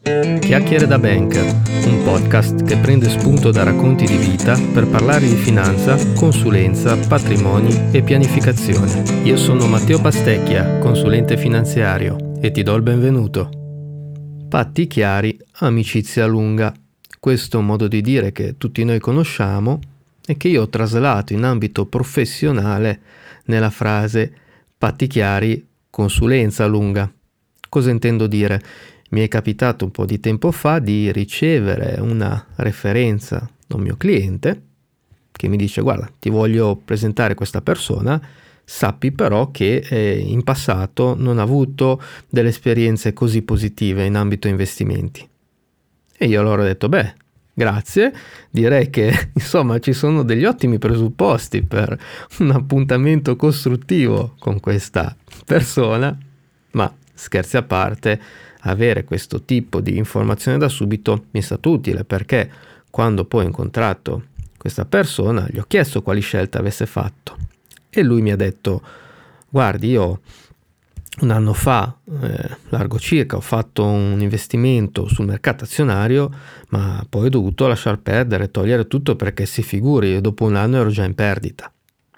Chiacchiere da banker, un podcast che prende spunto da racconti di vita per parlare di finanza, consulenza, patrimoni e pianificazione. Io sono Matteo Pastecchia, consulente finanziario, e ti do il benvenuto. Patti chiari, amicizia lunga. Questo è un modo di dire che tutti noi conosciamo e che io ho traslato in ambito professionale nella frase patti chiari, consulenza lunga. Cosa intendo dire? Mi è capitato un po' di tempo fa di ricevere una referenza da un mio cliente che mi dice: guarda, ti voglio presentare questa persona, sappi però che in passato non ha avuto delle esperienze così positive in ambito investimenti. E io allora ho detto: beh, grazie, direi che insomma ci sono degli ottimi presupposti per un appuntamento costruttivo con questa persona, ma scherzi a parte, avere questo tipo di informazione da subito mi è stato utile, perché quando poi ho incontrato questa persona gli ho chiesto quali scelte avesse fatto e lui mi ha detto: guardi, io un anno fa, largo circa, ho fatto un investimento sul mercato azionario, ma poi ho dovuto lasciar perdere, togliere tutto, perché si figuri, dopo un anno ero già in perdita.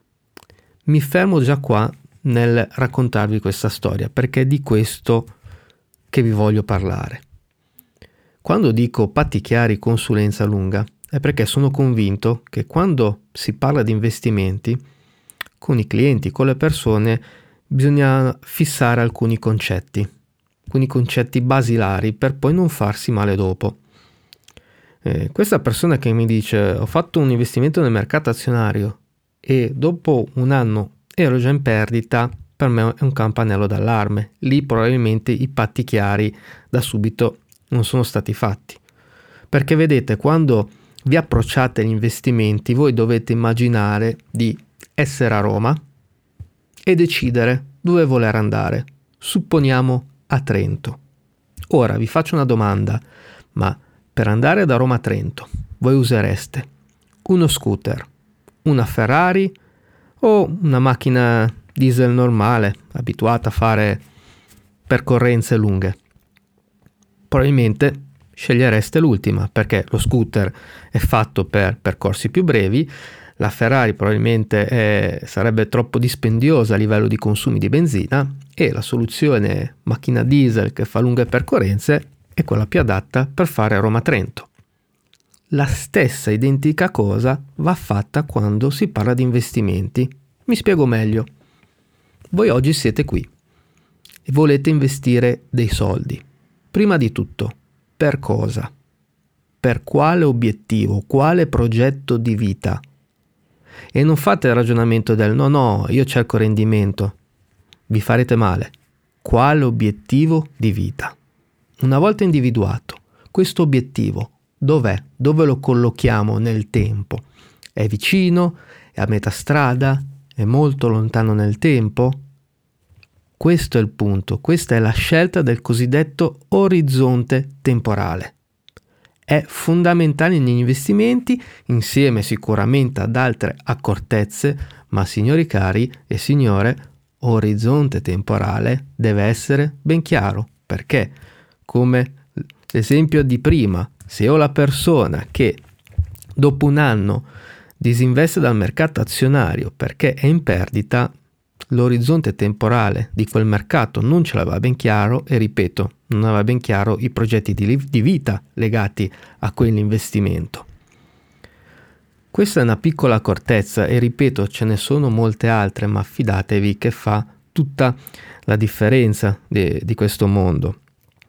Mi fermo già qua nel raccontarvi questa storia, perché è di questo che vi voglio parlare. Quando dico patti chiari, consulenza lunga, è perché sono convinto che quando si parla di investimenti, con i clienti, con le persone, bisogna fissare alcuni concetti basilari per poi non farsi male dopo. Questa persona che mi dice: ho fatto un investimento nel mercato azionario e dopo un anno ero già in perdita, per me è un campanello d'allarme. Lì probabilmente i patti chiari da subito non sono stati fatti. Perché vedete, quando vi approcciate agli investimenti, voi dovete immaginare di essere a Roma e decidere dove voler andare. Supponiamo a Trento. Ora vi faccio una domanda: ma per andare da Roma a Trento voi usereste uno scooter, una Ferrari o una macchina diesel normale, abituata a fare percorrenze lunghe? Probabilmente scegliereste l'ultima, perché lo scooter è fatto per percorsi più brevi, la Ferrari probabilmente sarebbe troppo dispendiosa a livello di consumi di benzina, e la soluzione macchina diesel che fa lunghe percorrenze è quella più adatta per fare Roma-Trento. La stessa identica cosa va fatta quando si parla di investimenti. Mi spiego meglio. Voi oggi siete qui e volete investire dei soldi. Prima di tutto, per cosa? Per quale obiettivo? Quale progetto di vita? E non fate il ragionamento del no, io cerco rendimento. Vi farete male. Quale obiettivo di vita? Una volta individuato, questo obiettivo dov'è? Dove lo collochiamo nel tempo? È vicino? È a metà strada? È molto lontano nel tempo? Questo è il punto, questa è la scelta del cosiddetto orizzonte temporale. È fondamentale negli investimenti, insieme sicuramente ad altre accortezze, ma signori cari e signore, orizzonte temporale deve essere ben chiaro, perché, come l'esempio di prima, se ho la persona che dopo un anno disinveste dal mercato azionario perché è in perdita, l'orizzonte temporale di quel mercato non ce l'aveva ben chiaro e, ripeto, non aveva ben chiaro i progetti di vita legati a quell'investimento. Questa è una piccola accortezza e, ripeto, ce ne sono molte altre, ma fidatevi che fa tutta la differenza di questo mondo.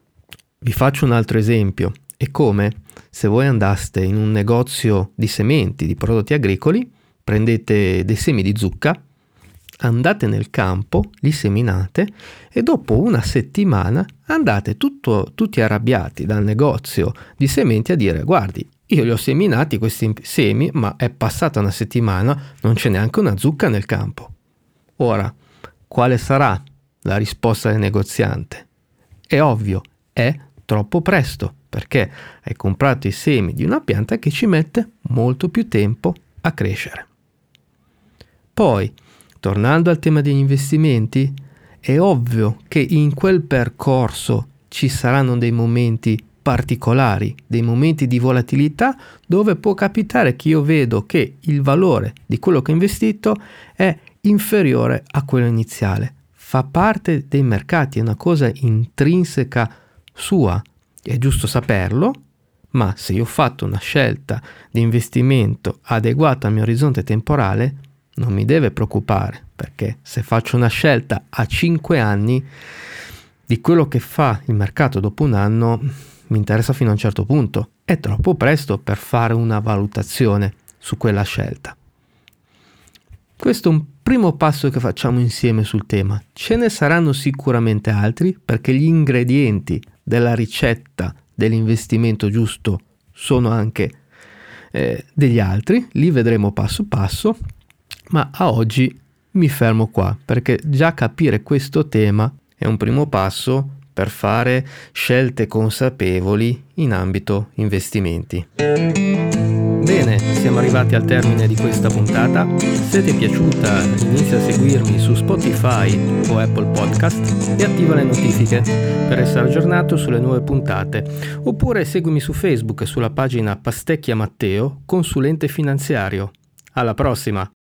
Vi faccio un altro esempio. È come se voi andaste in un negozio di sementi, di prodotti agricoli, prendete dei semi di zucca, andate nel campo, li seminate e dopo una settimana andate tutti arrabbiati dal negozio di sementi a dire: guardi, io li ho seminati questi semi, ma è passata una settimana, non c'è neanche una zucca nel campo. Ora, quale sarà la risposta del negoziante? È ovvio, è troppo presto, perché hai comprato i semi di una pianta che ci mette molto più tempo a crescere. Poi, tornando al tema degli investimenti, è ovvio che in quel percorso ci saranno dei momenti particolari, dei momenti di volatilità dove può capitare che io vedo che il valore di quello che ho investito è inferiore a quello iniziale. Fa parte dei mercati, è una cosa intrinseca sua, è giusto saperlo, ma se io ho fatto una scelta di investimento adeguata al mio orizzonte temporale, non mi deve preoccupare, perché se faccio una scelta a 5 anni, di quello che fa il mercato dopo un anno mi interessa fino a un certo punto. È troppo presto per fare una valutazione su quella scelta. Questo è un primo passo che facciamo insieme sul tema. Ce ne saranno sicuramente altri, perché gli ingredienti della ricetta dell'investimento giusto sono anche degli altri, li vedremo passo passo, ma a oggi mi fermo qua, perché già capire questo tema è un primo passo per fare scelte consapevoli in ambito investimenti. Bene, siamo arrivati al termine di questa puntata. Se ti è piaciuta, inizia a seguirmi su Spotify o Apple Podcast e attiva le notifiche per essere aggiornato sulle nuove puntate. Oppure seguimi su Facebook e sulla pagina Pastecchia Matteo, consulente finanziario. Alla prossima!